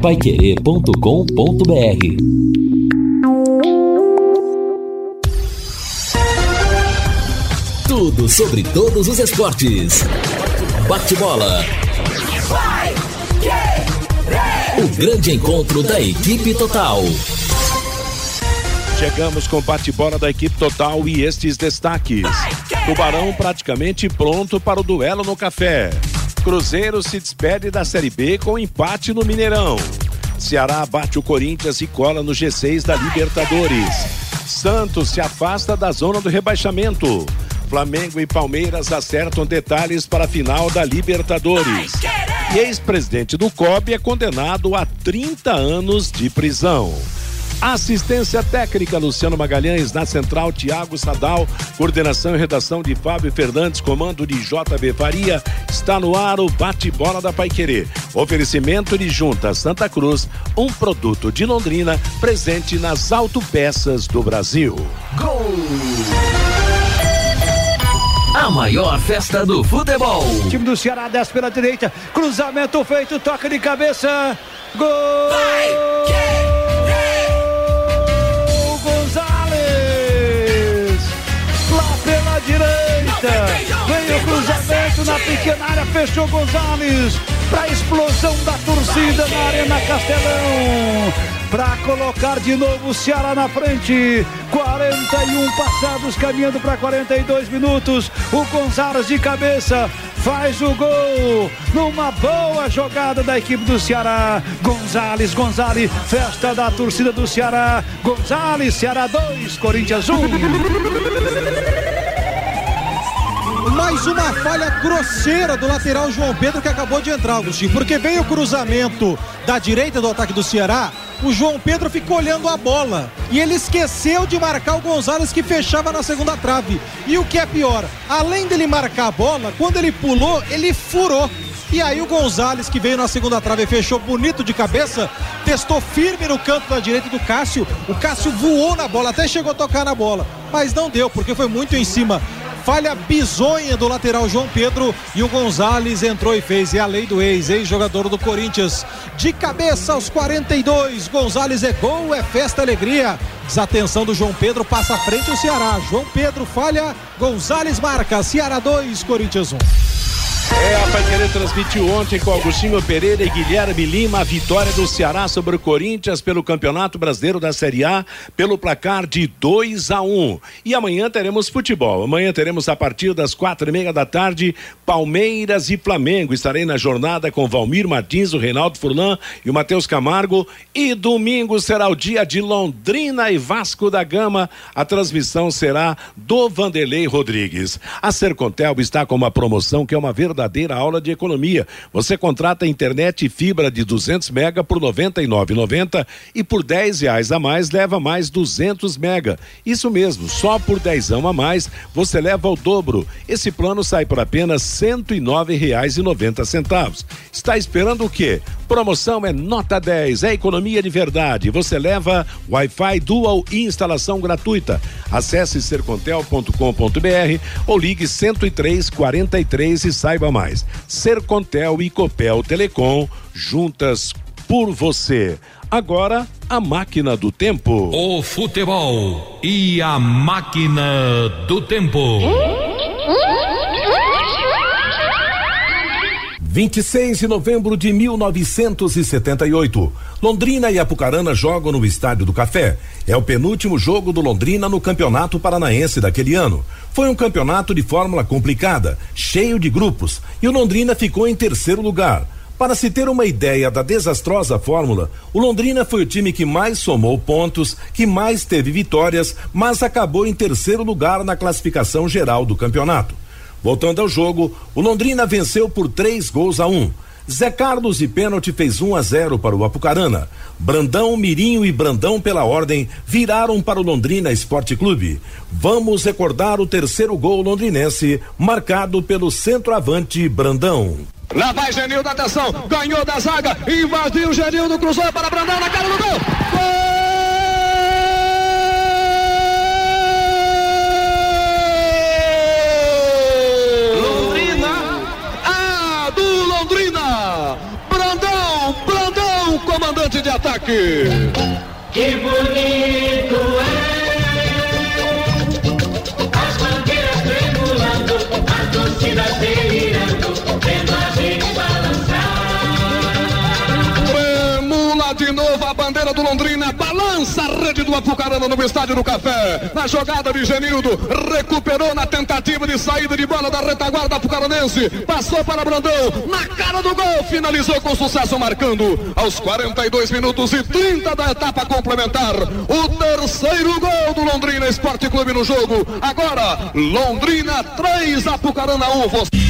paiquerê.com.br. Tudo sobre todos os esportes. Bate-bola. O grande encontro da equipe total. Chegamos com o bate-bola da equipe total e estes destaques. Tubarão praticamente pronto para o duelo no Café. Cruzeiro se despede da Série B com empate no Mineirão. Ceará bate o Corinthians e cola no G6 da Libertadores. Santos se afasta da zona do rebaixamento. Flamengo e Palmeiras acertam detalhes para a final da Libertadores. E ex-presidente do COB é condenado a 30 anos de prisão. Assistência técnica Luciano Magalhães, na central Tiago Sadal, coordenação e redação de Fábio Fernandes, comando de JB Faria. Está no ar o bate-bola da Paiquerê. Oferecimento de Junta Santa Cruz, um produto de Londrina, presente nas autopeças do Brasil. Gol! A maior festa do futebol. O time do Ceará desce pela direita, cruzamento feito, toca de cabeça, gol! Gonzalez, lá pela direita, veio o cruzamento na pequena área, fechou Gonzalez, pra explosão da torcida na Arena Castelão, para colocar de novo o Ceará na frente. 41 passados, caminhando para 42 minutos. O Gonzalez de cabeça faz o gol numa boa jogada da equipe do Ceará. Gonzalez, festa da torcida do Ceará. Gonzalez, Ceará 2, Corinthians 1. Mais uma falha grosseira do lateral João Pedro, que acabou de entrar, Agostinho, porque veio o cruzamento da direita do ataque do Ceará. O João Pedro ficou olhando a bola e ele esqueceu de marcar o Gonzalez, que fechava na segunda trave. E o que é pior, além dele marcar a bola, quando ele pulou, ele furou. E aí o Gonzalez, que veio na segunda trave e fechou bonito de cabeça, testou firme no canto da direita do Cássio. O Cássio voou na bola, até chegou a tocar na bola, mas não deu, porque foi muito em cima. Falha bizonha do lateral João Pedro, e o Gonzalez entrou e fez. É a lei do ex-jogador do Corinthians. De cabeça aos 42, Gonzalez é gol, é festa, alegria. Desatenção do João Pedro, passa à frente o Ceará. João Pedro falha, Gonzalez marca. Ceará 2, Corinthians 1. A Paiquerê transmitiu ontem com Agostinho Pereira e Guilherme Lima a vitória do Ceará sobre o Corinthians pelo Campeonato Brasileiro da Série A pelo placar de 2-1. E amanhã teremos futebol. Amanhã teremos, a partir das 4:30 da tarde, Palmeiras e Flamengo. Estarei na jornada com Valmir Martins, o Reinaldo Furlan e o Matheus Camargo. E domingo será o dia de Londrina e Vasco da Gama. A transmissão será do Vanderlei Rodrigues. A Sercontel está com uma promoção que é uma verdadeira aula de economia. Você contrata internet e fibra de 200 mega por R$ 99,90 e por R$10 a mais leva mais 200 mega. Isso mesmo, só por R$10 a mais você leva o dobro. Esse plano sai por apenas R$ 109,90. Está esperando o quê? Promoção é nota 10, é economia de verdade. Você leva Wi-Fi Dual e instalação gratuita. Acesse sercontel.com.br ou ligue 10343 e saiba mais. Sercontel e Copel Telecom, juntas por você. Agora, a máquina do tempo. O futebol e a máquina do tempo. 26 de novembro de 1978. Londrina e Apucarana jogam no Estádio do Café. É o penúltimo jogo do Londrina no Campeonato Paranaense daquele ano. Foi um campeonato de fórmula complicada, cheio de grupos, e o Londrina ficou em terceiro lugar. Para se ter uma ideia da desastrosa fórmula, o Londrina foi o time que mais somou pontos, que mais teve vitórias, mas acabou em terceiro lugar na classificação geral do campeonato. Voltando ao jogo, o Londrina venceu por 3-1. Zé Carlos de pênalti fez 1-0 para o Apucarana. Brandão, Mirinho e Brandão, pela ordem, viraram para o Londrina Esporte Clube. Vamos recordar o terceiro gol londrinense, marcado pelo centroavante Brandão. Lá vai Genildo, atenção, ganhou da zaga, invadiu Genildo, cruzou para Brandão na cara do gol. Gol! Comandante de ataque. Que bonito as bandeiras tremulando, a torcida delirando, vendo a gente balançar. Tremula de novo a bandeira do Londrina, balança a rede do Apucarana no Estádio do Café. Na jogada de Genildo, recuperou na tentativa de saída de bola da retaguarda apucaranense, passou para Brandão, na cara do gol, finalizou com sucesso, marcando aos 42 minutos e 30 da etapa complementar, o terceiro gol do Londrina Esporte Clube no jogo. Agora, Londrina 3, Apucarana 1.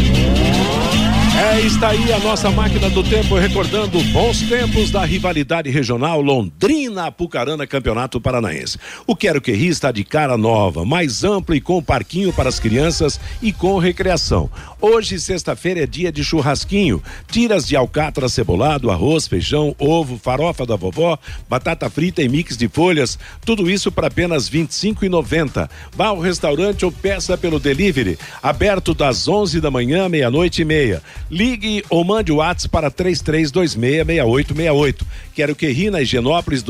Está aí a nossa máquina do tempo recordando bons tempos da rivalidade regional Londrina-Apucarana Campeonato Paranaense. O Quero Que Ri está de cara nova, mais amplo e com parquinho para as crianças e com recreação. Hoje, sexta-feira, é dia de churrasquinho, tiras de alcatra cebolado, arroz, feijão, ovo, farofa da vovó, batata frita e mix de folhas, tudo isso para apenas R$ 25,90. Vá ao restaurante ou peça pelo delivery, aberto das 11 da manhã à meia-noite e meia. Ligue ou mande o WhatsApp para 33266868. Quero Que Ri na Higienópolis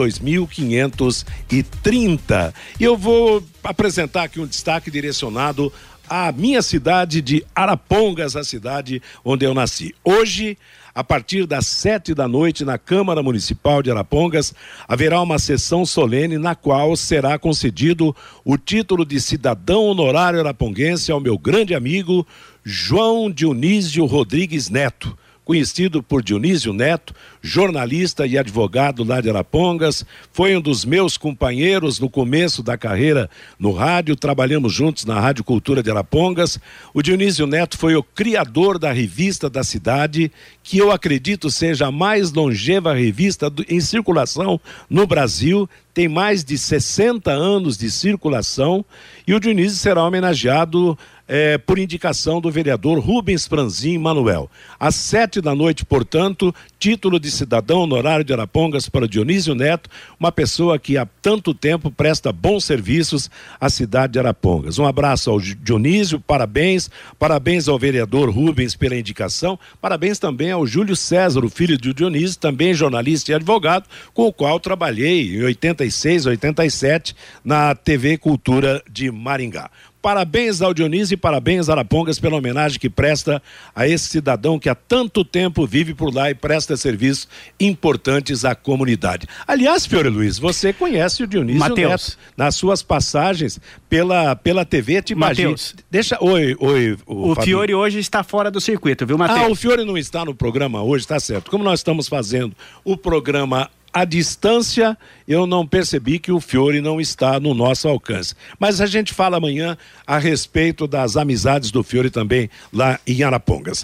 2530. E eu vou apresentar aqui um destaque direcionado à minha cidade de Arapongas, a cidade onde eu nasci. Hoje, a partir das 7 da noite, na Câmara Municipal de Arapongas, haverá uma sessão solene na qual será concedido o título de cidadão honorário araponguense ao meu grande amigo João Dionísio Rodrigues Neto, conhecido por Dionísio Neto, jornalista e advogado lá de Arapongas, foi um dos meus companheiros no começo da carreira no rádio, trabalhamos juntos na Rádio Cultura de Arapongas. O Dionísio Neto foi o criador da revista da cidade, que eu acredito seja a mais longeva revista em circulação no Brasil, tem mais de 60 anos de circulação, e o Dionísio será homenageado por indicação do vereador Rubens Franzin Manuel. Às 7 da noite, portanto, título de cidadão honorário de Arapongas para o Dionísio Neto, uma pessoa que há tanto tempo presta bons serviços à cidade de Arapongas. Um abraço ao Dionísio, parabéns ao vereador Rubens pela indicação, parabéns também ao Júlio César, o filho do Dionísio, também jornalista e advogado, com o qual trabalhei em 86, 87 na TV Cultura de Maringá. Parabéns ao Dionísio e parabéns a Arapongas pela homenagem que presta a esse cidadão que há tanto tempo vive por lá e presta serviços importantes à comunidade. Aliás, Fiore Luiz, você conhece o Dionísio Neto nas suas passagens pela TV, te imagina. Oi, o Fiore hoje está fora do circuito, viu, Matheus? O Fiore não está no programa hoje, tá certo. Como nós estamos fazendo o programa à distância, eu não percebi que o Fiore não está no nosso alcance. Mas a gente fala amanhã a respeito das amizades do Fiore também lá em Arapongas.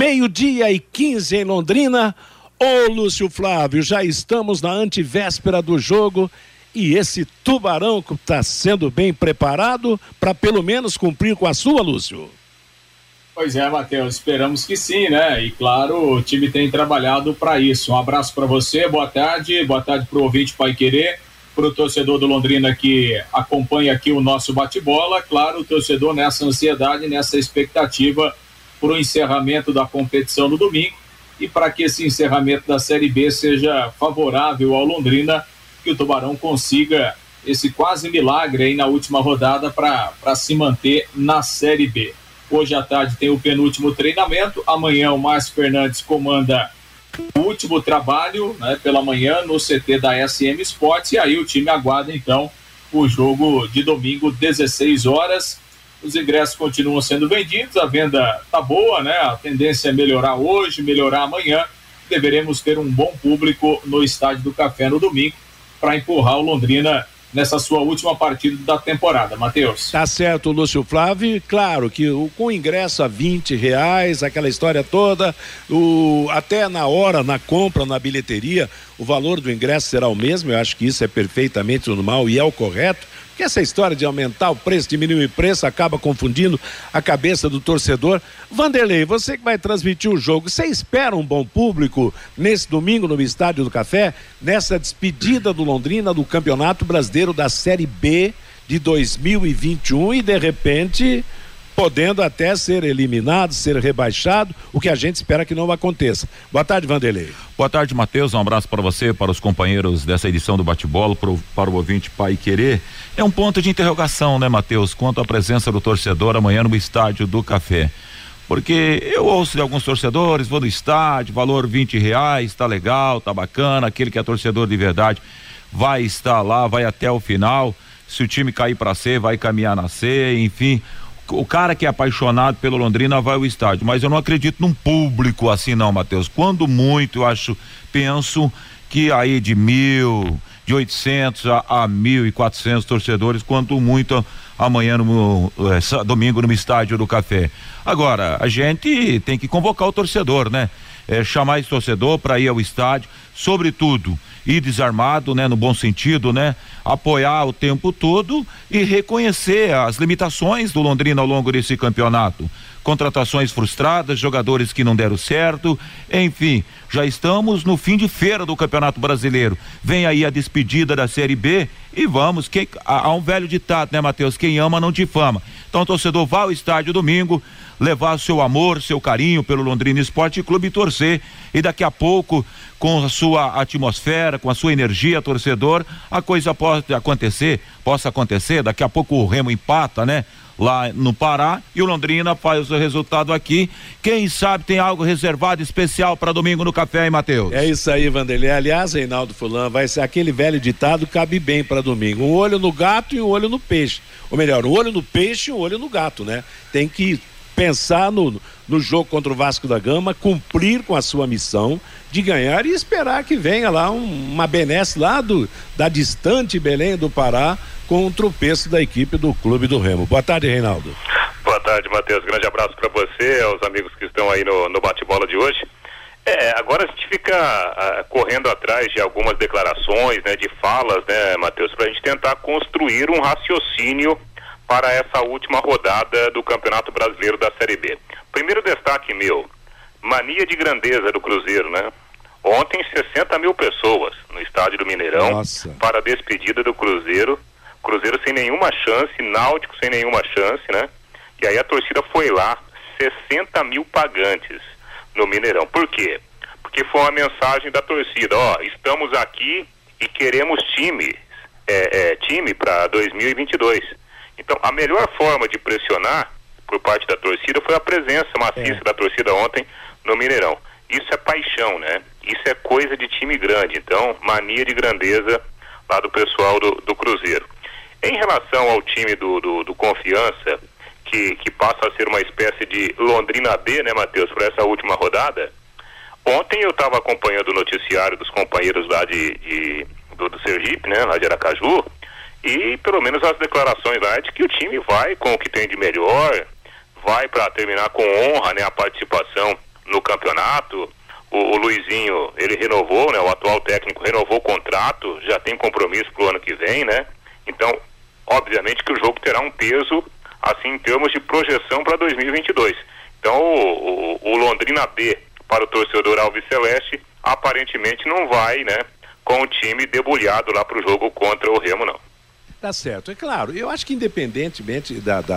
12:15 em Londrina. Ô Lúcio Flávio, já estamos na antevéspera do jogo e esse Tubarão está sendo bem preparado para pelo menos cumprir com a sua, Lúcio? Pois é, Matheus, esperamos que sim, né? E claro, o time tem trabalhado para isso. Um abraço para você, boa tarde para o ouvinte Pai Querer, para o torcedor do Londrina que acompanha aqui o nosso bate-bola. Claro, o torcedor nessa ansiedade, nessa expectativa para o encerramento da competição no domingo e para que esse encerramento da Série B seja favorável ao Londrina, que o Tubarão consiga esse quase milagre aí na última rodada para se manter na Série B. Hoje à tarde tem o penúltimo treinamento, amanhã o Márcio Fernandes comanda o último trabalho, né, pela manhã no CT da SM Sports, e aí o time aguarda então o jogo de domingo, 16 horas. Os ingressos continuam sendo vendidos, a venda tá boa, né? A tendência é melhorar hoje, melhorar amanhã. Deveremos ter um bom público no Estádio do Café no domingo para empurrar o Londrina nessa sua última partida da temporada, Matheus. Tá certo, Lúcio Flávio. Claro que com ingresso a R$20, aquela história toda, até na hora, na compra, na bilheteria, o valor do ingresso será o mesmo. Eu acho que isso é perfeitamente normal e é o correto. Porque essa história de aumentar o preço, diminuir o preço, acaba confundindo a cabeça do torcedor. Vanderlei, você que vai transmitir o jogo, você espera um bom público nesse domingo no Estádio do Café, nessa despedida do Londrina do Campeonato Brasileiro da Série B de 2021 e de repente podendo até ser eliminado, ser rebaixado, o que a gente espera que não aconteça. Boa tarde, Vanderlei. Boa tarde, Matheus, um abraço para você, para os companheiros dessa edição do Bate-Bola, para o ouvinte Pai Querer. É um ponto de interrogação, né, Matheus, quanto à presença do torcedor amanhã no Estádio do Café. Porque eu ouço de alguns torcedores, vou no estádio, valor R$20, tá legal, tá bacana, aquele que é torcedor de verdade vai estar lá, vai até o final, se o time cair para C, vai caminhar na C, enfim, o cara que é apaixonado pelo Londrina vai ao estádio, mas eu não acredito num público assim não, Matheus, quando muito eu penso que aí de 1.000, de 800 a 1.400 torcedores, quanto muito amanhã domingo no Estádio do Café. Agora, a gente tem que convocar o torcedor, né? Chamar esse torcedor para ir ao estádio, sobretudo ir desarmado, né? No bom sentido, né? Apoiar o tempo todo e reconhecer as limitações do Londrina ao longo desse campeonato. Contratações frustradas, jogadores que não deram certo, enfim, já estamos no fim de feira do Campeonato Brasileiro. Vem aí a despedida da Série B e vamos, há um velho ditado, né, Matheus? Quem ama não difama. Então o torcedor vai ao estádio domingo, levar seu amor, seu carinho pelo Londrina Esporte Clube e torcer, e daqui a pouco, com a sua atmosfera, com a sua energia, torcedor, a coisa possa acontecer, daqui a pouco o Remo empata, né? Lá no Pará, e o Londrina faz o resultado aqui. Quem sabe tem algo reservado especial para domingo no Café, hein, Matheus? É isso aí, Vanderlei. Aliás, Reinaldo Fulan, vai ser aquele velho ditado, cabe bem para domingo: um olho no gato e um olho no peixe, ou melhor, um olho no peixe e um olho no gato, né? Tem que pensar no jogo contra o Vasco da Gama, cumprir com a sua missão de ganhar e esperar que venha lá uma benesse lá da distante Belém do Pará, com um tropeço da equipe do Clube do Remo. Boa tarde, Reinaldo. Boa tarde, Matheus. Grande abraço para você, aos amigos que estão aí no bate-bola de hoje. Agora a gente fica correndo atrás de algumas declarações, né, de falas, né, Matheus, para a gente tentar construir um raciocínio para essa última rodada do Campeonato Brasileiro da Série B. Primeiro destaque meu, mania de grandeza do Cruzeiro, né? Ontem 60 mil pessoas no estádio do Mineirão. Nossa. Para a despedida do Cruzeiro. Cruzeiro sem nenhuma chance, Náutico sem nenhuma chance, né? E aí a torcida foi lá, 60 mil pagantes no Mineirão. Por quê? Porque foi uma mensagem da torcida: estamos aqui e queremos time para 2022. Então, a melhor forma de pressionar por parte da torcida foi a presença maciça da torcida ontem no Mineirão. Isso é paixão, né? Isso é coisa de time grande. Então, mania de grandeza lá do pessoal do Cruzeiro. Em relação ao time do Confiança, que passa a ser uma espécie de Londrina B, né, Matheus, por essa última rodada, ontem eu estava acompanhando o noticiário dos companheiros lá do Sergipe, né, lá de Aracaju, e pelo menos as declarações lá é de que o time vai com o que tem de melhor, vai para terminar com honra, né, a participação no campeonato. O Luizinho, ele renovou, né, o atual técnico renovou o contrato, já tem compromisso pro ano que vem, né? Então, obviamente que o jogo terá um peso, assim, em termos de projeção para 2022. Então, o Londrina B, para o torcedor Alves Celeste, aparentemente não vai, né, com o time debulhado lá pro jogo contra o Remo, não. Tá certo, é claro, eu acho que independentemente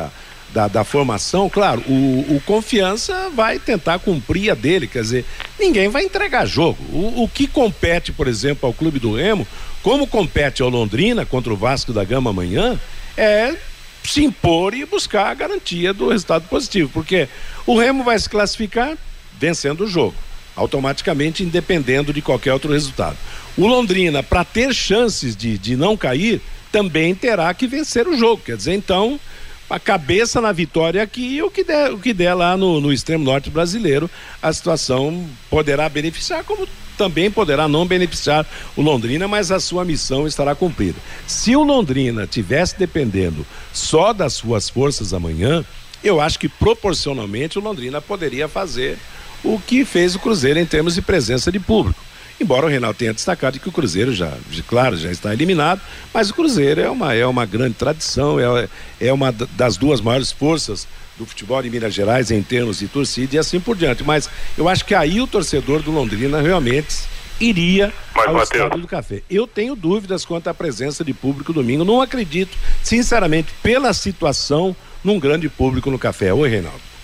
da formação, claro, o Confiança vai tentar cumprir a dele, quer dizer, ninguém vai entregar jogo. O que compete, por exemplo, ao Clube do Remo, como compete ao Londrina contra o Vasco da Gama amanhã, é se impor e buscar a garantia do resultado positivo, porque o Remo vai se classificar vencendo o jogo, automaticamente, independendo de qualquer outro resultado. O Londrina, para ter chances de não cair, também terá que vencer o jogo, quer dizer, então, a cabeça na vitória aqui e o que der lá no extremo norte brasileiro, a situação poderá beneficiar, como também poderá não beneficiar o Londrina, mas a sua missão estará cumprida. Se o Londrina tivesse dependendo só das suas forças amanhã, eu acho que proporcionalmente o Londrina poderia fazer o que fez o Cruzeiro em termos de presença de público. Embora o Reinaldo tenha destacado que o Cruzeiro já está eliminado, mas o Cruzeiro é uma grande tradição, é uma das duas maiores forças do futebol em Minas Gerais em termos de torcida e assim por diante. Mas eu acho que aí o torcedor do Londrina realmente iria ao Estádio do Café. Eu tenho dúvidas quanto à presença de público domingo, não acredito, sinceramente, pela situação, num grande público no Café. Oi, Reinaldo.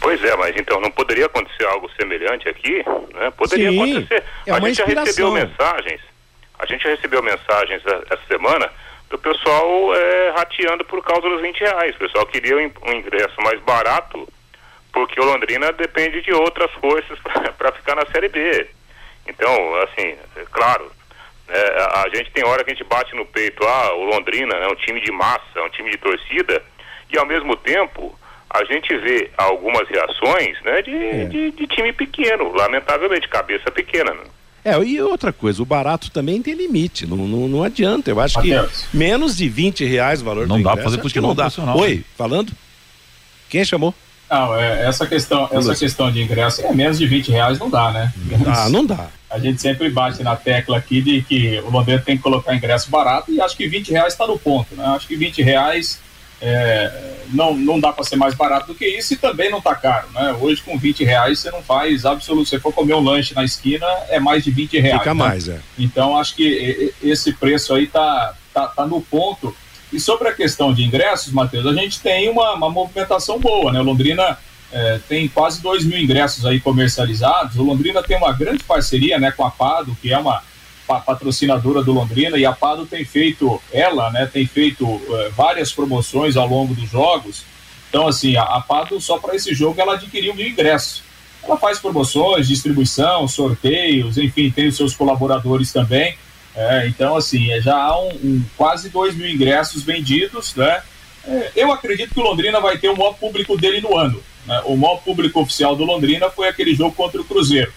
Pois é, mas então não poderia acontecer algo semelhante aqui, né? Poderia acontecer. A gente já recebeu mensagens. A gente já recebeu mensagens essa semana do pessoal rateando por causa dos R$20. O pessoal queria um ingresso mais barato, porque o Londrina depende de outras forças para ficar na Série B. Então, assim, claro, a gente tem hora que a gente bate no peito, o Londrina é um time de massa, é um time de torcida, e ao mesmo tempo a gente vê algumas reações, né, de time pequeno, lamentavelmente, cabeça pequena, né? E outra coisa, o barato também tem limite, não adianta, eu acho que menos de R$20 o valor não do dá ingresso, pra fazer futebol profissional. Oi, falando? Quem chamou? Não, essa questão de ingresso menos de R$20 não dá, né? Não dá. A gente sempre bate na tecla aqui de que o Londrina tem que colocar ingresso barato e acho que R$20 está no ponto, né? Acho que R$20 não dá para ser mais barato do que isso e também não está caro, né? Hoje com R$20 você não faz absoluto, se você for comer um lanche na esquina é mais de R$20. Fica mais, Então acho que esse preço aí tá no ponto. E sobre a questão de ingressos, Matheus, a gente tem uma movimentação boa, né? O Londrina tem quase 2.000 ingressos aí comercializados. O Londrina tem uma grande parceria, né, com a Pado, que é uma patrocinadora do Londrina, e a Pado tem feito várias promoções ao longo dos jogos. Então, assim, a Pado, só para esse jogo, ela adquiriu 1.000 ingressos. Ela faz promoções, distribuição, sorteios, enfim, tem os seus colaboradores também. Então, assim, já há quase 2.000 ingressos vendidos, né? Eu acredito que o Londrina vai ter o maior público dele no ano, né? O maior público oficial do Londrina foi aquele jogo contra o Cruzeiro,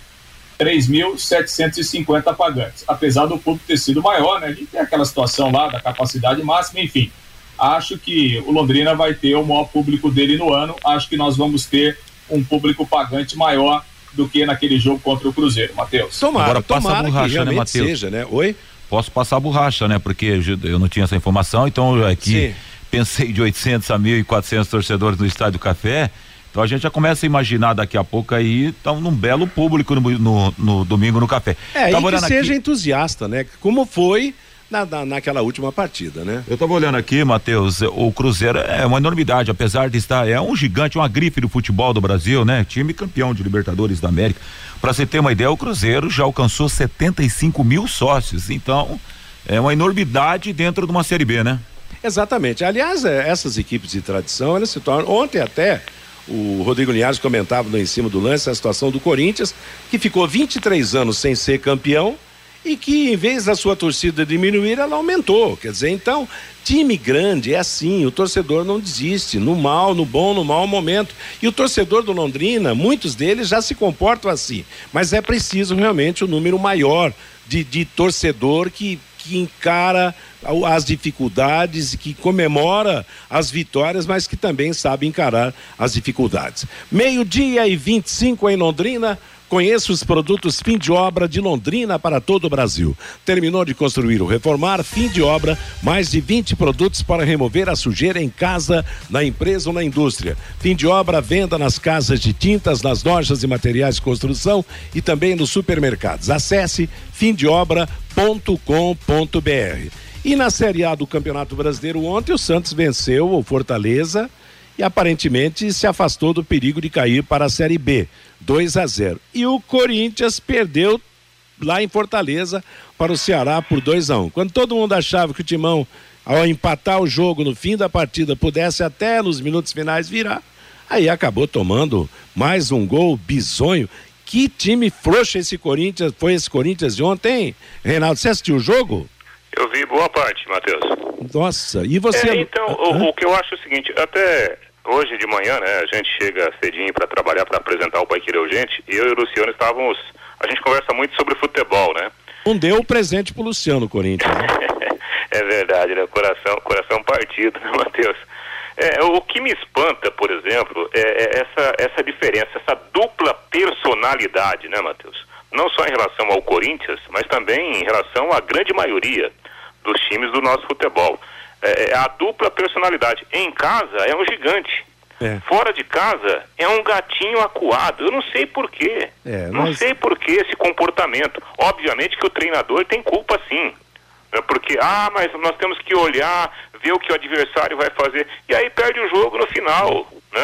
3.750 pagantes, apesar do público ter sido maior, né? A gente tem aquela situação lá da capacidade máxima, enfim. Acho que o Londrina vai ter o maior público dele no ano, acho que nós vamos ter um público pagante maior do que naquele jogo contra o Cruzeiro, Matheus. Agora passa a borracha, né, Matheus? Seja, né? Oi? Posso passar a borracha, né? Porque eu não tinha essa informação, então aqui pensei de 800 a 1.400 torcedores no Estádio Café. Então a gente já começa a imaginar daqui a pouco aí, então, num belo público no domingo no Café. E que seja entusiasta, né? Como foi naquela última partida, né? Eu tava olhando aqui, Matheus, o Cruzeiro é uma enormidade, apesar de estar, é um gigante, uma grife do futebol do Brasil, né? Time campeão de Libertadores da América. Pra você ter uma ideia, o Cruzeiro já alcançou 75 mil sócios, então é uma enormidade dentro de uma Série B, né? Exatamente, aliás, essas equipes de tradição, elas se tornam, ontem até o Rodrigo Linhares comentava em cima do lance a situação do Corinthians, que ficou 23 anos sem ser campeão, e que em vez da sua torcida diminuir, ela aumentou. Quer dizer, então, time grande é assim, o torcedor não desiste, no mal, no bom, no mau momento. E o torcedor do Londrina, muitos deles já se comportam assim, mas é preciso realmente um número maior de torcedor que encara as dificuldades, que comemora as vitórias, mas que também sabe encarar as dificuldades. 12:25 em Londrina. Conheça os produtos fim de obra de Londrina para todo o Brasil. Terminou de construir ou reformar, fim de obra, mais de 20 produtos para remover a sujeira em casa, na empresa ou na indústria. Fim de obra, venda nas casas de tintas, nas lojas de materiais de construção e também nos supermercados. Acesse fimdeobra.com.br. E na Série A do Campeonato Brasileiro, ontem o Santos venceu o Fortaleza e aparentemente se afastou do perigo de cair para a Série B, 2-0. E o Corinthians perdeu lá em Fortaleza para o Ceará por 2-1. Quando todo mundo achava que o Timão, ao empatar o jogo no fim da partida, pudesse até nos minutos finais virar, aí acabou tomando mais um gol bizonho. Que time frouxo foi esse Corinthians de ontem, Reinaldo? Você assistiu o jogo? Eu vi boa parte, Matheus. Nossa, e você... Então, o que eu acho é o seguinte, até hoje de manhã, né, a gente chega cedinho para trabalhar, para apresentar o Paiquerê Urgente, e eu e o Luciano a gente conversa muito sobre futebol, né? Não deu o presente pro Luciano, Corinthians. Né? É verdade, né? Coração partido, né, Matheus? O que me espanta, por exemplo, é essa diferença, essa dupla personalidade, né, Matheus? Não só em relação ao Corinthians, mas também em relação à grande maioria dos times do nosso futebol. A dupla personalidade. Em casa é um gigante. Fora de casa é um gatinho acuado. Eu não sei por quê. Não sei por que esse comportamento. Obviamente que o treinador tem culpa, sim. Porque, mas nós temos que olhar, ver o que o adversário vai fazer. E aí perde o jogo no final, né?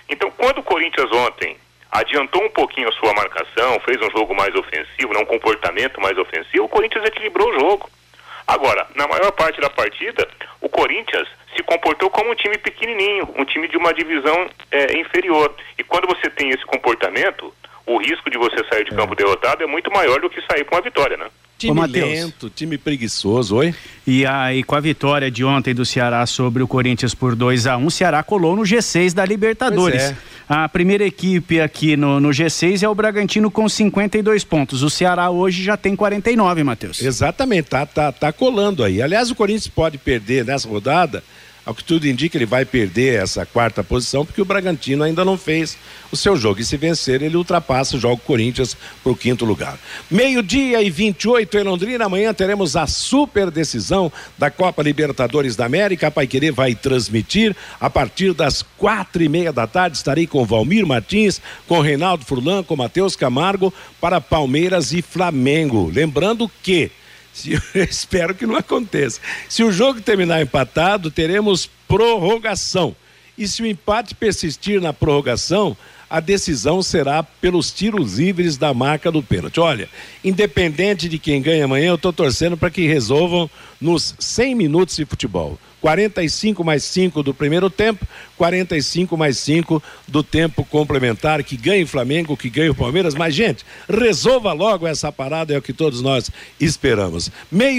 Então, quando o Corinthians ontem adiantou um pouquinho a sua marcação, fez um jogo mais ofensivo, um comportamento mais ofensivo, o Corinthians equilibrou o jogo. Agora, na maior parte da partida, o Corinthians se comportou como um time pequenininho, um time de uma divisão inferior. E quando você tem esse comportamento, o risco de você sair de campo derrotado é muito maior do que sair com uma vitória, né? Time lento, time preguiçoso, oi? E com a vitória de ontem do Ceará sobre o Corinthians por 2-1, o Ceará colou no G6 da Libertadores. A primeira equipe aqui no G6 é o Bragantino com 52 pontos. O Ceará hoje já tem 49, Matheus. Exatamente, tá colando aí. Aliás, o Corinthians pode perder nessa rodada. Ao que tudo indica, ele vai perder essa quarta posição, porque o Bragantino ainda não fez o seu jogo. E se vencer, ele ultrapassa, joga o Corinthians para o 5º lugar. 12:28 em Londrina. Amanhã teremos a super decisão da Copa Libertadores da América. A Paiquerê vai transmitir a partir das 4:30 da tarde. Estarei com Valmir Martins, com Reinaldo Furlan, com Matheus Camargo para Palmeiras e Flamengo. Lembrando que eu espero que não aconteça. Se o jogo terminar empatado, teremos prorrogação. E se o empate persistir na prorrogação, a decisão será pelos tiros livres da marca do pênalti. Olha, independente de quem ganha amanhã, eu estou torcendo para que resolvam nos 100 minutos de futebol. 45 mais 5 do primeiro tempo, 45 mais 5 do tempo complementar, que ganhe o Flamengo, que ganhe o Palmeiras. Mas, gente, resolva logo essa parada, é o que todos nós esperamos.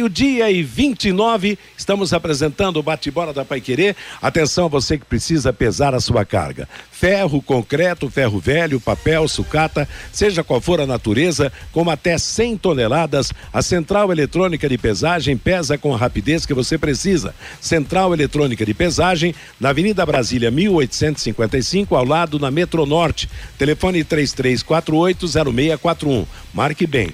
12:29, estamos apresentando o bate-bola da Paiquerê. Atenção, você que precisa pesar a sua carga. Ferro, concreto, ferro velho, papel, sucata, seja qual for a natureza, com até 100 toneladas, a Central Eletrônica de Pesagem pesa com a rapidez que você precisa. Central Eletrônica de Pesagem, na Avenida Brasília 1855, ao lado na Metronorte. Telefone 3348-0641. Marque bem,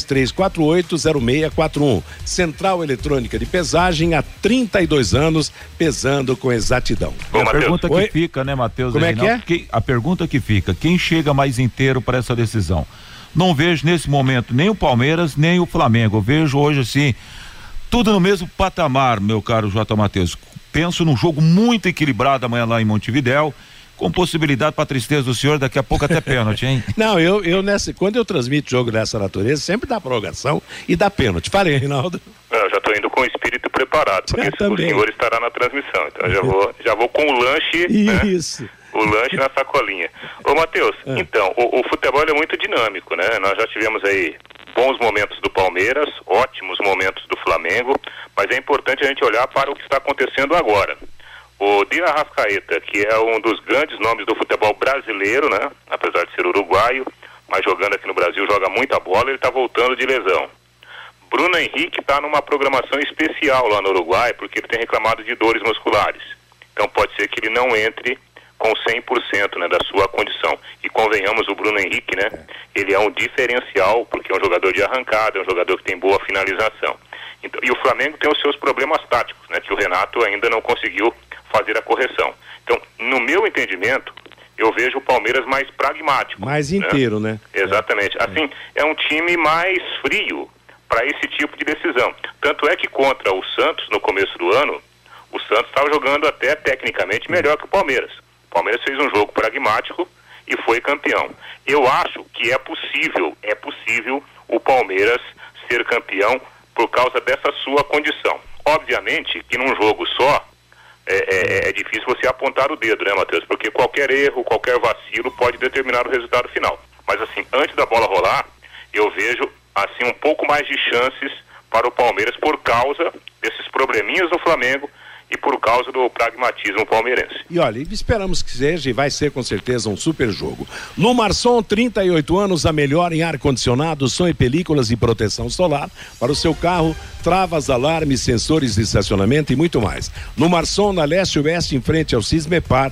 3348-0641. Central Eletrônica de Pesagem, há 32 anos, pesando com exatidão. A pergunta que fica, né, Matheus? Como é que é? A pergunta que fica, quem chega mais inteiro para essa decisão? Não vejo nesse momento nem o Palmeiras, nem o Flamengo. Eu vejo hoje assim, tudo no mesmo patamar, meu caro J. Matheus. Penso num jogo muito equilibrado amanhã lá em Montevidéu, com possibilidade, para tristeza do senhor, daqui a pouco até pênalti, hein? Não, quando eu transmito jogo dessa natureza, sempre dá prorrogação e dá pênalti. Falei, Reinaldo. Eu já estou indo com o espírito preparado, porque o senhor estará na transmissão. Então já vou com o lanche. Isso. Né? O lanche na sacolinha. Ô, Matheus, então, o futebol é muito dinâmico, né? Nós já tivemos aí bons momentos do Palmeiras, ótimos momentos do Flamengo, mas é importante a gente olhar para o que está acontecendo agora. O Di Arrascaeta, que é um dos grandes nomes do futebol brasileiro, né? Apesar de ser uruguaio, mas jogando aqui no Brasil, joga muita bola, ele está voltando de lesão. Bruno Henrique está numa programação especial lá no Uruguai, porque ele tem reclamado de dores musculares. Então pode ser que ele não entre com 100%, né, da sua condição. E convenhamos, o Bruno Henrique, né, ele é um diferencial, porque é um jogador de arrancada, é um jogador que tem boa finalização. Então, e o Flamengo tem os seus problemas táticos, né, que o Renato ainda não conseguiu fazer a correção. Então, no meu entendimento, eu vejo o Palmeiras mais pragmático. Mais inteiro, né? Exatamente. Assim, é um time mais frio para esse tipo de decisão. Tanto é que contra o Santos, no começo do ano, o Santos estava jogando até tecnicamente melhor que o Palmeiras. O Palmeiras fez um jogo pragmático e foi campeão. Eu acho que é possível o Palmeiras ser campeão por causa dessa sua condição. Obviamente que num jogo só é difícil você apontar o dedo, né, Matheus? Porque qualquer erro, qualquer vacilo pode determinar o resultado final. Mas assim, antes da bola rolar, eu vejo assim um pouco mais de chances para o Palmeiras por causa desses probleminhas do Flamengo e por causa do pragmatismo palmeirense. E olha, esperamos que seja e vai ser com certeza um super jogo. Lumarson, 38 anos, a melhor em ar-condicionado, som e películas e proteção solar para o seu carro, travas, alarmes, sensores de estacionamento e muito mais. Lumarson, na leste-oeste, em frente ao Cismepar,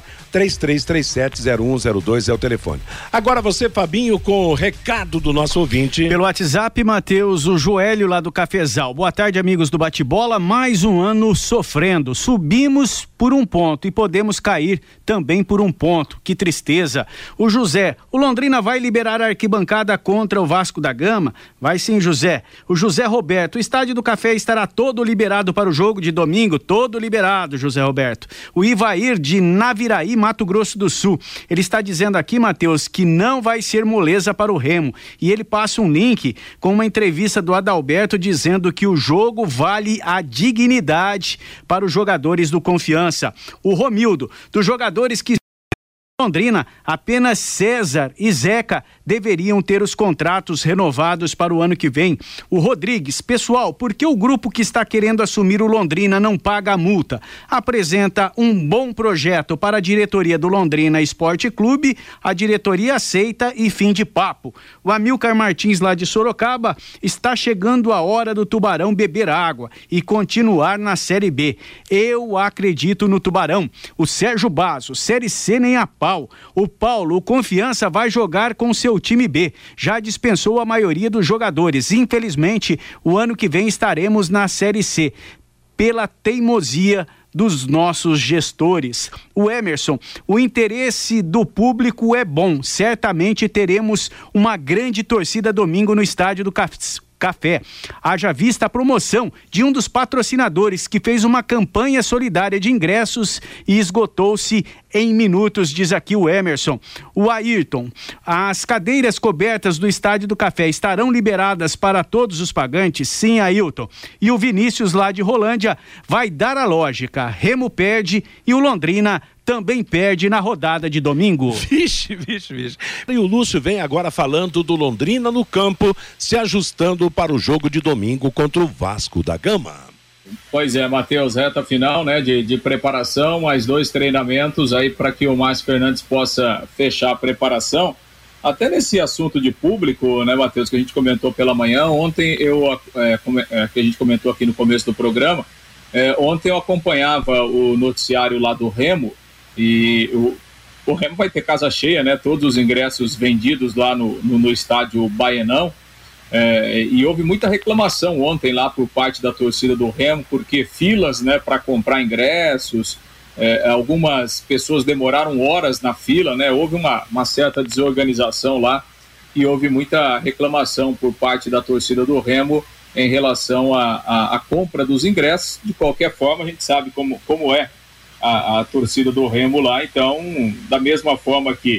3337-0102 é o telefone. Agora você, Fabinho, com o recado do nosso ouvinte. Pelo WhatsApp, Matheus, o Joélio lá do Cafezal. Boa tarde, amigos do Bate-Bola, mais um ano sofrendo subimos por 1 ponto e podemos cair também por 1 ponto. Que tristeza. O José, o Londrina vai liberar a arquibancada contra o Vasco da Gama? Vai sim, José. O José Roberto, o Estádio do Café estará todo liberado para o jogo de domingo? Todo liberado, José Roberto. O Ivair de Naviraí, Mato Grosso do Sul. Ele está dizendo aqui, Matheus, que não vai ser moleza para o Remo. E ele passa um link com uma entrevista do Adalberto dizendo que o jogo vale a dignidade para os jogadores do Confiança. O Romildo, dos jogadores que Londrina, apenas César e Zeca deveriam ter os contratos renovados para o ano que vem. O Rodrigues, pessoal, por que o grupo que está querendo assumir o Londrina não paga a multa? Apresenta um bom projeto para a diretoria do Londrina Esporte Clube, a diretoria aceita e fim de papo. O Amilcar Martins, lá de Sorocaba, está chegando a hora do Tubarão beber água e continuar na Série B. Eu acredito no Tubarão. O Sérgio Basso, Série C nem a pau. O Paulo, o Confiança vai jogar com seu time B. Já dispensou a maioria dos jogadores. Infelizmente, o ano que vem estaremos na Série C. Pela teimosia dos nossos gestores. O Emerson, o interesse do público é bom. Certamente teremos uma grande torcida domingo no Estádio do Café. Haja vista a promoção de um dos patrocinadores que fez uma campanha solidária de ingressos e esgotou-se em minutos, diz aqui o Emerson. O Ayrton, as cadeiras cobertas do Estádio do Café estarão liberadas para todos os pagantes? Sim, Ayrton. E o Vinícius, lá de Rolândia, vai dar a lógica. Remo perde e o Londrina também perde na rodada de domingo. Vixe. E o Lúcio vem agora falando do Londrina no campo, se ajustando para o jogo de domingo contra o Vasco da Gama. Pois é, Matheus, reta final, né, de preparação, mais 2 treinamentos aí para que o Márcio Fernandes possa fechar a preparação. Até nesse assunto de público, né, Matheus, que a gente comentou pela manhã, ontem que a gente comentou aqui no começo do programa, ontem eu acompanhava o noticiário lá do Remo, e o Remo vai ter casa cheia, né? Todos os ingressos vendidos lá no estádio Baianão, e houve muita reclamação ontem lá por parte da torcida do Remo, porque filas, né, para comprar ingressos, algumas pessoas demoraram horas na fila, né? Houve uma certa desorganização lá e houve muita reclamação por parte da torcida do Remo em relação à compra dos ingressos. De qualquer forma, a gente sabe como é a torcida do Remo lá, então, da mesma forma que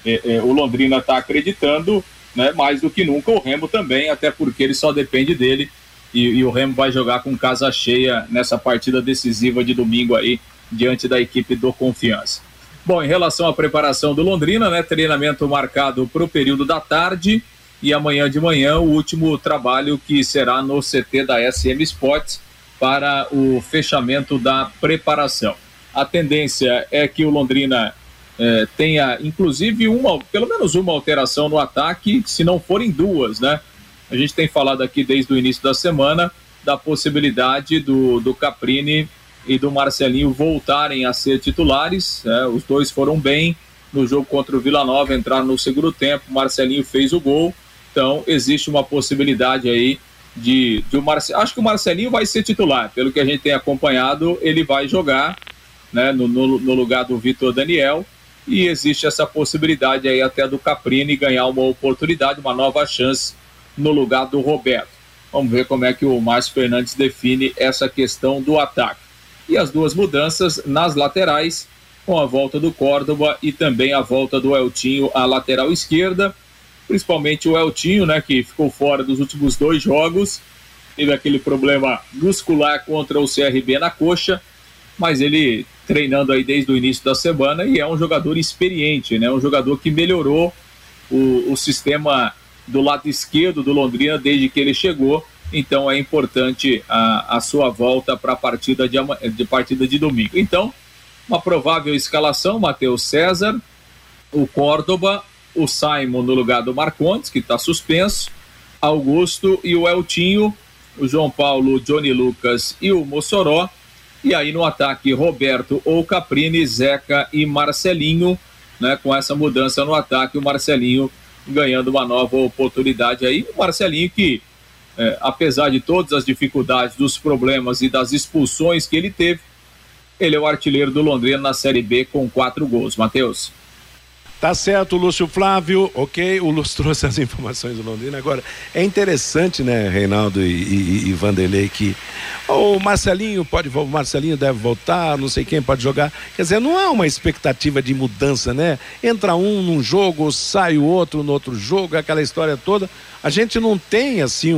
o Londrina está acreditando, né, mais do que nunca o Remo também, até porque ele só depende dele, e o Remo vai jogar com casa cheia nessa partida decisiva de domingo aí, diante da equipe do Confiança. Bom, em relação à preparação do Londrina, né, treinamento marcado para o período da tarde, e amanhã de manhã o último trabalho que será no CT da SM Sports para o fechamento da preparação. A tendência é que o Londrina tenha, inclusive, pelo menos uma alteração no ataque, se não forem 2, né? A gente tem falado aqui desde o início da semana da possibilidade do Caprini e do Marcelinho voltarem a ser titulares, né? Os dois foram bem no jogo contra o Vila Nova, entraram no segundo tempo, o Marcelinho fez o gol, então existe uma possibilidade aí acho que o Marcelinho vai ser titular, pelo que a gente tem acompanhado, ele vai jogar, né, no lugar do Vitor Daniel, e existe essa possibilidade aí até do Caprini ganhar uma oportunidade, uma nova chance no lugar do Roberto. Vamos ver como é que o Márcio Fernandes define essa questão do ataque. E as 2 mudanças nas laterais, com a volta do Córdoba e também a volta do Eltinho à lateral esquerda, principalmente o Eltinho, né, que ficou fora dos últimos 2 jogos, teve aquele problema muscular contra o CRB na coxa, mas ele treinando aí desde o início da semana e é um jogador experiente, né? Um jogador que melhorou o sistema do lado esquerdo do Londrina desde que ele chegou, então é importante a sua volta para a partida de domingo. Então, uma provável escalação: Matheus, César, o Córdoba, o Simon no lugar do Marcondes, que está suspenso, Augusto e o Eltinho, o João Paulo, o Johnny Lucas e o Mossoró. E aí no ataque, Roberto ou Caprini, Zeca e Marcelinho, né? Com essa mudança no ataque, o Marcelinho ganhando uma nova oportunidade aí. O Marcelinho que, apesar de todas as dificuldades, dos problemas e das expulsões que ele teve, Ele é o artilheiro do Londrina na Série B com 4 gols. Matheus. Tá certo, Lúcio Flávio, ok, o Lúcio trouxe as informações do Londrina. Agora, é interessante, né, Reinaldo e Vanderlei, que o Marcelinho deve voltar, não sei quem pode jogar, quer dizer, não há uma expectativa de mudança, né? Entra um num jogo, sai o outro no outro jogo, aquela história toda. A gente não tem, assim,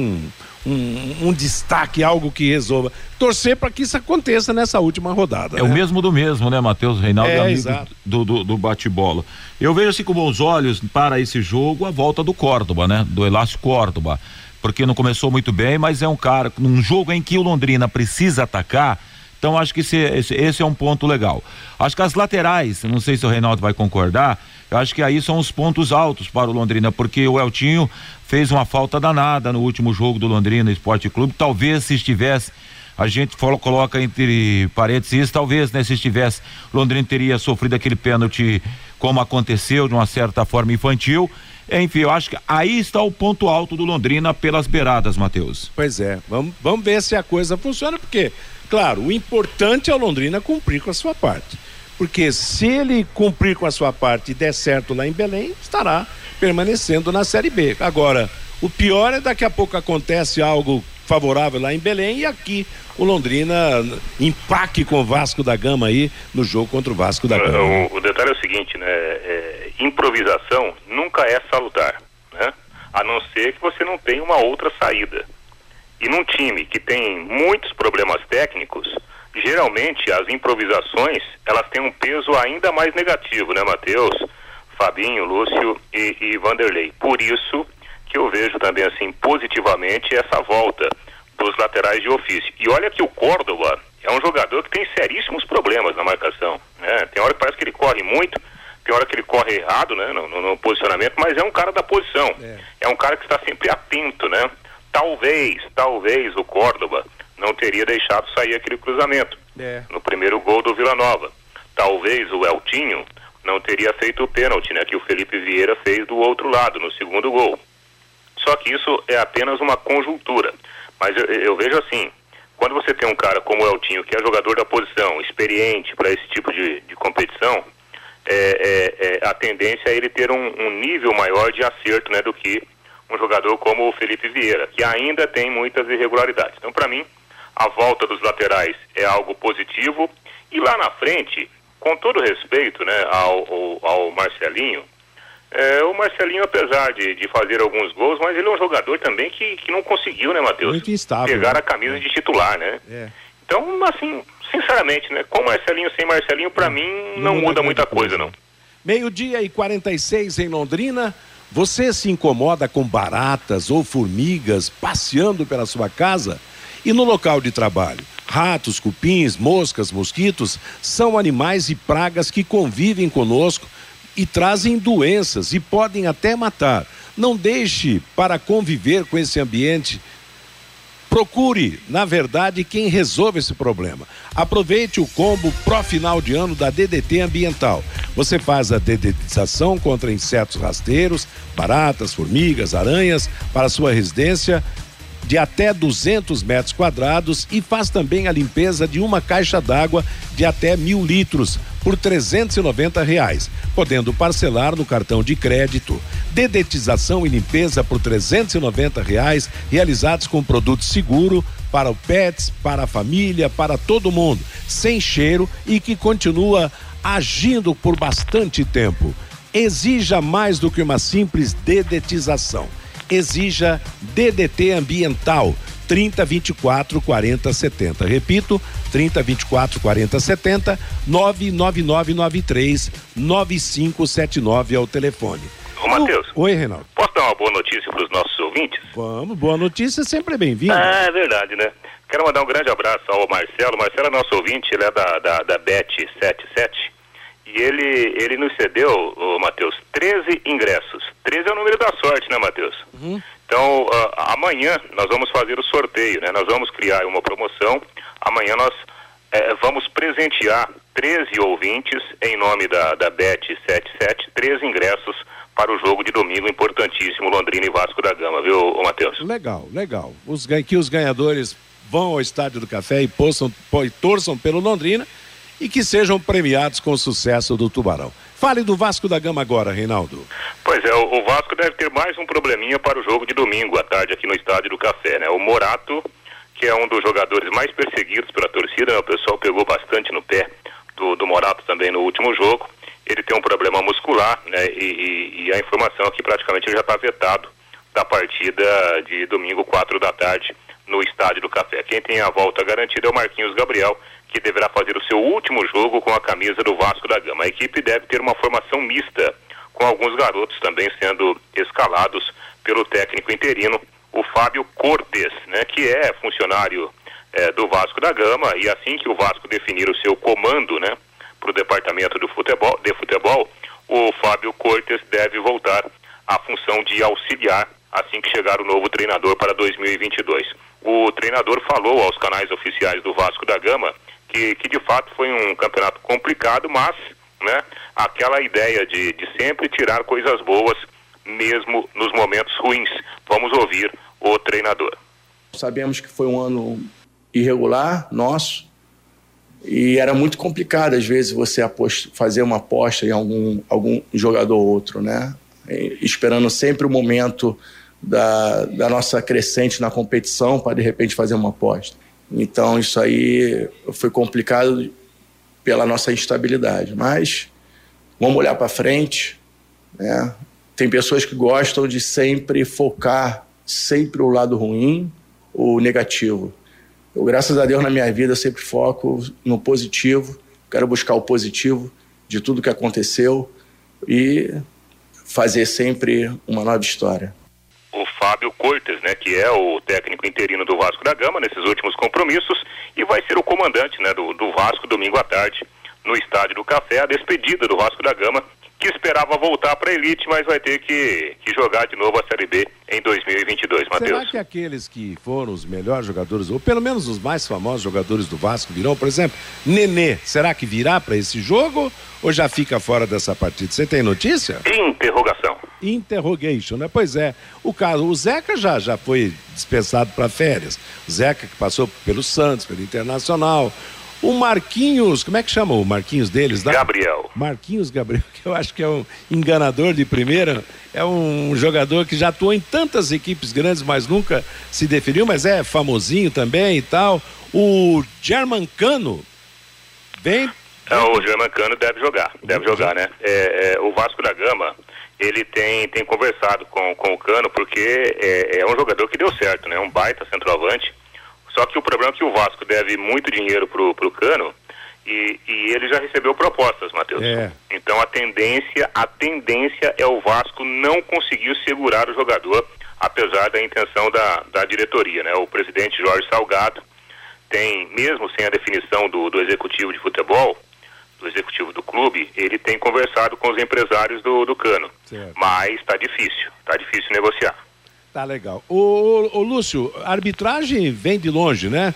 um destaque, algo que resolva. Torcer para que isso aconteça nessa última rodada. É, né? O mesmo do mesmo, né, Matheus? Reinaldo é amigo do bate-bola. Eu vejo assim com bons olhos para esse jogo a volta do Córdoba, né? Do Elácio Córdoba, porque não começou muito bem, mas é um cara, num jogo em que o Londrina precisa atacar, então acho que esse é um ponto legal. Acho que as laterais, não sei se o Reinaldo vai concordar, eu acho que aí são os pontos altos para o Londrina, porque o Eltinho fez uma falta danada no último jogo do Londrina Esporte Clube. Talvez se estivesse, a gente coloca entre parênteses, talvez, né, se estivesse, Londrina teria sofrido aquele pênalti como aconteceu, de uma certa forma infantil. Enfim, eu acho que aí está o ponto alto do Londrina pelas beiradas, Matheus. Pois é, vamos ver se a coisa funciona, porque, claro, o importante é o Londrina cumprir com a sua parte. Porque se ele cumprir com a sua parte e der certo lá em Belém, estará permanecendo na Série B. Agora, o pior é daqui a pouco acontece algo favorável lá em Belém e aqui o Londrina empaque com o Vasco da Gama aí no jogo contra o Vasco da Gama. O detalhe é o seguinte, né? Improvisação nunca é salutar, né? A não ser que você não tenha uma outra saída. E num time que tem muitos problemas técnicos, geralmente as improvisações elas têm um peso ainda mais negativo, né, Matheus, Fabinho, Lúcio e Vanderlei. Por isso que eu vejo também assim positivamente essa volta dos laterais de ofício. E olha que o Córdoba é um jogador que tem seríssimos problemas na marcação, né? Tem hora que parece que ele corre muito, tem hora que ele corre errado, né, no posicionamento, mas é um cara da posição. É um cara que está sempre atento, né? Talvez o Córdoba não teria deixado sair aquele cruzamento no primeiro gol do Vila Nova. Talvez o Eltinho não teria feito o pênalti, né, que o Felipe Vieira fez do outro lado, no segundo gol. Só que isso é apenas uma conjuntura. Mas eu vejo assim, quando você tem um cara como o Eltinho, que é jogador da posição, experiente para esse tipo de competição, a tendência é ele ter um nível maior de acerto, né, do que um jogador como o Felipe Vieira, que ainda tem muitas irregularidades. Então, para mim, a volta dos laterais é algo positivo. E lá na frente, com todo respeito, né, ao Marcelinho, o Marcelinho, apesar de fazer alguns gols, mas ele é um jogador também que não conseguiu, né, Matheus? Muito instável, pegar né? A camisa de titular, né? Então, assim, sinceramente, né, com Marcelinho, sem Marcelinho, para mim, não muda muita coisa, não. 12:46 em Londrina. Você se incomoda com baratas ou formigas passeando pela sua casa? E no local de trabalho? Ratos, cupins, moscas, mosquitos são animais e pragas que convivem conosco e trazem doenças e podem até matar. Não deixe para conviver com esse ambiente. Procure, na verdade, quem resolve esse problema. Aproveite o combo pró-final de ano da DDT Ambiental. Você faz a dedetização contra insetos rasteiros, baratas, formigas, aranhas para sua residência de até 200 metros quadrados e faz também a limpeza de uma caixa d'água de até 1.000 litros por R$390, podendo parcelar no cartão de crédito. Dedetização e limpeza por R$390, realizados com produto seguro para o pets, para a família, para todo mundo, sem cheiro e que continua agindo por bastante tempo. Exija mais do que uma simples dedetização. Exija DDT Ambiental 3024 40 70. Repito, 3024 40 70, 99993 9579 é o telefone. Ô, Matheus. Oi, Reinaldo. Posso dar uma boa notícia para os nossos ouvintes? Vamos, boa notícia sempre é bem-vinda. É verdade, né? Quero mandar um grande abraço ao Marcelo. Marcelo é nosso ouvinte, ele é da Bet77. E ele nos cedeu, Matheus, 13 ingressos. 13 é o número da sorte, né, Matheus? Então, amanhã nós vamos fazer o sorteio, né? Nós vamos criar uma promoção. Amanhã nós vamos presentear 13 ouvintes em nome da Bet77, 13 ingressos para o jogo de domingo importantíssimo, Londrina e Vasco da Gama, viu, Matheus? Legal. Que os ganhadores vão ao Estádio do Café e torçam pelo Londrina. e que sejam premiados com o sucesso do Tubarão. Fale do Vasco da Gama agora, Reinaldo. Pois é, o Vasco deve ter mais um probleminha para o jogo de domingo à tarde aqui no Estádio do Café, né? O Morato, que é um dos jogadores mais perseguidos pela torcida, né? O pessoal pegou bastante no pé do Morato também no último jogo. Ele tem um problema muscular, né? E a informação é que praticamente ele já está vetado da partida de domingo, 4 da tarde, no Estádio do Café. Quem tem a volta garantida é o Marquinhos Gabriel, que deverá fazer o seu último jogo com a camisa do Vasco da Gama. A equipe deve ter uma formação mista, com alguns garotos também sendo escalados pelo técnico interino, o Fábio Cortes, né, que é funcionário do Vasco da Gama, e assim que o Vasco definir o seu comando, né, para o departamento de futebol, o Fábio Cortes deve voltar à função de auxiliar assim que chegar o novo treinador para 2022. O treinador falou aos canais oficiais do Vasco da Gama que de fato foi um campeonato complicado, mas, né, aquela ideia de sempre tirar coisas boas, mesmo nos momentos ruins. Vamos ouvir o treinador. Sabemos que foi um ano irregular nosso e era muito complicado às vezes você fazer uma aposta em algum jogador ou outro, né? Esperando sempre o momento da nossa crescente na competição para de repente fazer uma aposta. Então isso aí foi complicado pela nossa instabilidade, mas vamos olhar para frente, né? Tem pessoas que gostam de sempre focar sempre o lado ruim, o negativo. Eu, graças a Deus, na minha vida, sempre foco no positivo, quero buscar o positivo de tudo que aconteceu e fazer sempre uma nova história. O Fábio Cortes, né, que é o técnico interino do Vasco da Gama nesses últimos compromissos e vai ser o comandante, né, do Vasco domingo à tarde no Estádio do Café, a despedida do Vasco da Gama, que esperava voltar para a elite, mas vai ter que jogar de novo a Série B em 2022, Matheus. Será que aqueles que foram os melhores jogadores, ou pelo menos os mais famosos jogadores do Vasco virão, por exemplo, Nenê, será que virá para esse jogo ou já fica fora dessa partida? Você tem notícia? Interrogação. Interrogation, né? Pois é, o Zeca já foi dispensado para férias. O Zeca que passou pelo Santos, pelo Internacional. O Marquinhos, como é que chama o Marquinhos deles? Gabriel. Marquinhos Gabriel, que eu acho que é um enganador de primeira, é um jogador que já atuou em tantas equipes grandes, mas nunca se definiu, mas é famosinho também e tal. O Germancano vem... O Germancano deve jogar, né? O Vasco da Gama, ele tem conversado com o Cano, porque é um jogador que deu certo, né? Um baita centroavante. Só que o problema é que o Vasco deve muito dinheiro pro Cano e ele já recebeu propostas, Matheus. Então a tendência é o Vasco não conseguir segurar o jogador, apesar da intenção da diretoria, né? O presidente Jorge Salgado tem, mesmo sem a definição do executivo de futebol, do executivo do clube, ele tem conversado com os empresários do Cano. Certo. Mas tá difícil negociar. Tá legal. Ô Lúcio, a arbitragem vem de longe, né?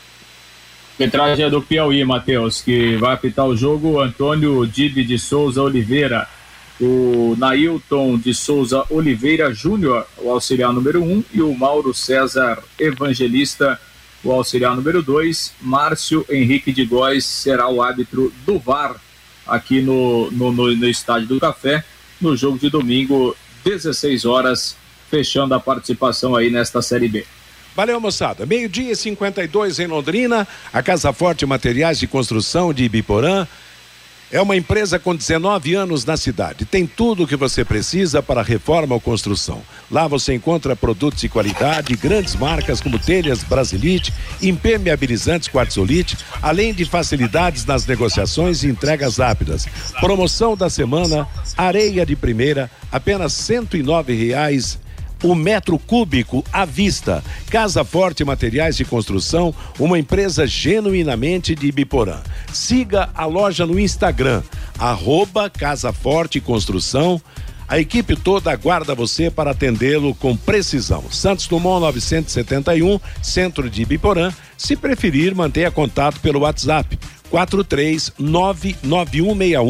A arbitragem é do Piauí, Matheus, que vai apitar o jogo. Antônio Dibe de Souza Oliveira, o Nailton de Souza Oliveira Júnior, o auxiliar número 1, e o Mauro César Evangelista, o auxiliar número 2. Márcio Henrique de Góes será o árbitro do VAR aqui no Estádio do Café, no jogo de domingo, 16 horas, fechando a participação aí nesta Série B. Valeu, moçada. 12:52 em Londrina. A Casa Forte Materiais de Construção de Ibiporã é uma empresa com 19 anos na cidade. Tem tudo o que você precisa para reforma ou construção. Lá você encontra produtos de qualidade, grandes marcas como telhas Brasilite, impermeabilizantes Quartzolite, além de facilidades nas negociações e entregas rápidas. Promoção da semana, areia de primeira, apenas R$109 o metro cúbico à vista. Casa Forte Materiais de Construção, uma empresa genuinamente de Ibiporã. Siga a loja no Instagram, @Casa Forte Construção. A equipe toda aguarda você para atendê-lo com precisão. Santos Dumont 971, centro de Ibiporã. Se preferir, mantenha contato pelo WhatsApp 4399161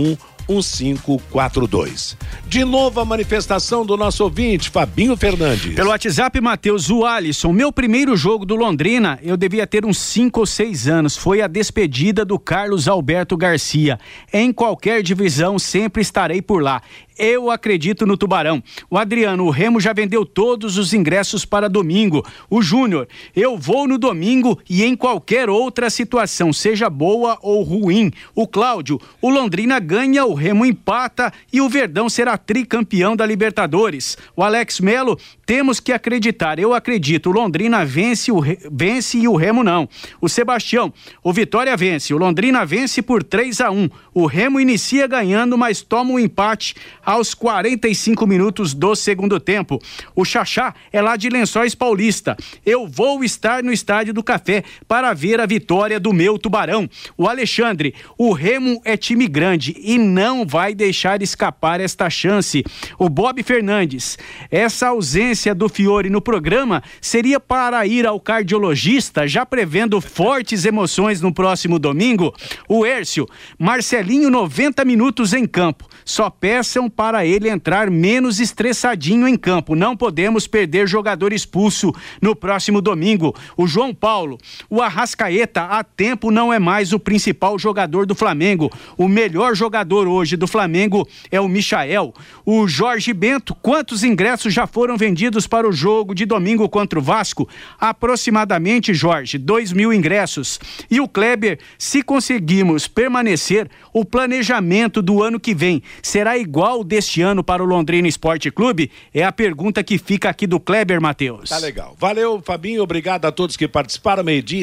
1542. De novo a manifestação do nosso ouvinte, Fabinho Fernandes. Pelo WhatsApp, Matheus, o Alisson, meu primeiro jogo do Londrina, eu devia ter uns 5 ou 6 anos, foi a despedida do Carlos Alberto Garcia. Em qualquer divisão, sempre estarei por lá. Eu acredito no Tubarão. O Adriano, o Remo já vendeu todos os ingressos para domingo. O Júnior, eu vou no domingo e em qualquer outra situação, seja boa ou ruim. O Cláudio, o Londrina ganha, o Remo empata e o Verdão será tricampeão da Libertadores. O Alex Melo, temos que acreditar, eu acredito, o Londrina vence e o Remo não. O Sebastião, o Vitória vence, o Londrina vence por 3-1. O Remo inicia ganhando, mas toma um empate aos 45 minutos do segundo tempo. O Xaxá é lá de Lençóis Paulista. Eu vou estar no Estádio do Café para ver a vitória do meu Tubarão. O Alexandre, o Remo é time grande e não vai deixar escapar esta chance. O Bob Fernandes, essa ausência do Fiore no programa seria para ir ao cardiologista, já prevendo fortes emoções no próximo domingo. O Hércio, Marcelinho 90 minutos em campo. Só peçam para ele entrar menos estressadinho em campo. Não podemos perder jogador expulso no próximo domingo. O João Paulo, o Arrascaeta, há tempo não é mais o principal jogador do Flamengo. O melhor jogador hoje do Flamengo é o Michael. O Jorge Bento, quantos ingressos já foram vendidos para o jogo de domingo contra o Vasco? Aproximadamente, Jorge, 2.000 ingressos. E o Kleber, se conseguirmos permanecer, o planejamento do ano que vem será igual deste ano para o Londrina Esporte Clube? É a pergunta que fica aqui do Kleber, Matheus. Tá legal. Valeu, Fabinho. Obrigado a todos que participaram.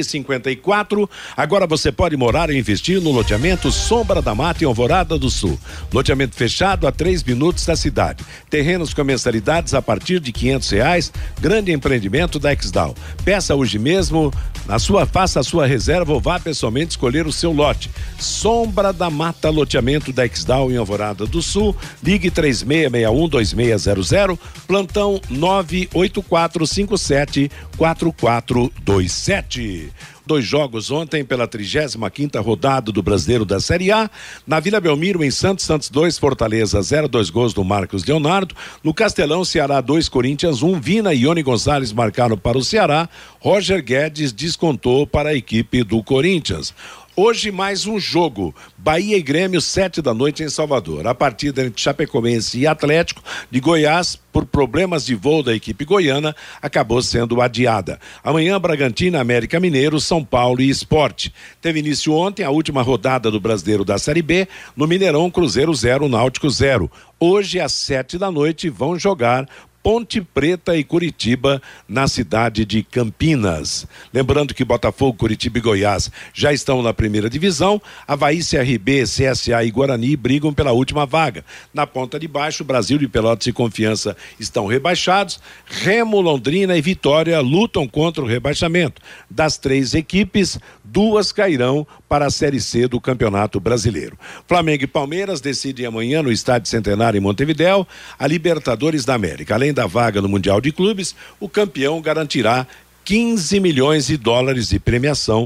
12:54. Agora você pode morar e investir no loteamento Sombra da Mata em Alvorada do Sul. Loteamento fechado a 3 minutos da cidade. Terrenos com mensalidades a partir de R$500. Grande empreendimento da Exdal. Peça hoje mesmo, faça a sua reserva ou vá pessoalmente escolher o seu lote. Sombra da Mata, loteamento da Exdal em Alvorada do Sul. Ligue 3661-2600, plantão 98457-4427. 2 jogos ontem pela 35ª rodada do Brasileiro da Série A. Na Vila Belmiro, em Santos 2, Fortaleza 0, 2 gols do Marcos Leonardo. No Castelão, Ceará 2, Corinthians 1. Vina e Ione Gonçalves marcaram para o Ceará. Roger Guedes descontou para a equipe do Corinthians. Hoje mais um jogo, Bahia e Grêmio, 19h em Salvador. A partida entre Chapecoense e Atlético de Goiás, por problemas de voo da equipe goiana, acabou sendo adiada. Amanhã, Bragantino, América Mineiro, São Paulo e Sport. Teve início ontem a última rodada do Brasileiro da Série B, no Mineirão, Cruzeiro 0, Náutico 0. Hoje, às 19h, vão jogar Ponte Preta e Curitiba na cidade de Campinas. Lembrando que Botafogo, Curitiba e Goiás já estão na primeira divisão. Avaí, CRB, CSA e Guarani brigam pela última vaga. Na ponta de baixo, Brasil de Pelotas e Confiança estão rebaixados. Remo, Londrina e Vitória lutam contra o rebaixamento. Das 3 equipes, 2 cairão para a Série C do Campeonato Brasileiro. Flamengo e Palmeiras decidem amanhã no Estádio Centenário em Montevidéu a Libertadores da América. Além da vaga no Mundial de Clubes, o campeão garantirá 15 milhões de dólares de premiação,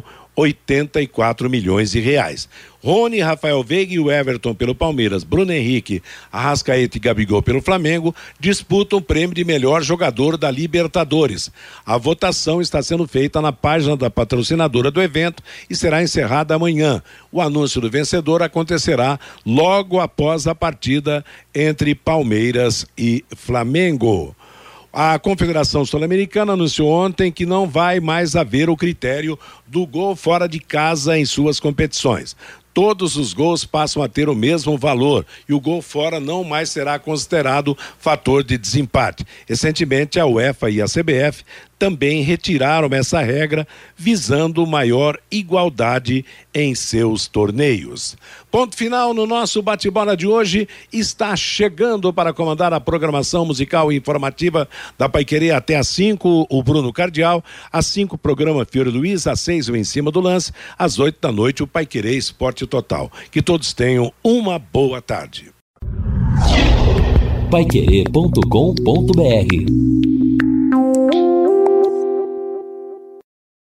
84 milhões de reais. Rony, Rafael Veiga e o Everton pelo Palmeiras, Bruno Henrique, Arrascaeta e Gabigol pelo Flamengo disputam o prêmio de melhor jogador da Libertadores. A votação está sendo feita na página da patrocinadora do evento e será encerrada amanhã. O anúncio do vencedor acontecerá logo após a partida entre Palmeiras e Flamengo. A Confederação Sul-Americana anunciou ontem que não vai mais haver o critério do gol fora de casa em suas competições. Todos os gols passam a ter o mesmo valor e o gol fora não mais será considerado fator de desempate. Recentemente, a UEFA e a CBF também retiraram essa regra, visando maior igualdade em seus torneios. Ponto final no nosso bate-bola de hoje. Está chegando para comandar a programação musical e informativa da Paiquerê até às 5, o Bruno Cardial. Às 5, o programa Fiore Luiz. Às 6, o Em Cima do Lance. Às 8 da noite, o Paiquerê Esporte Total. Que todos tenham uma boa tarde. Paiquerê.com.br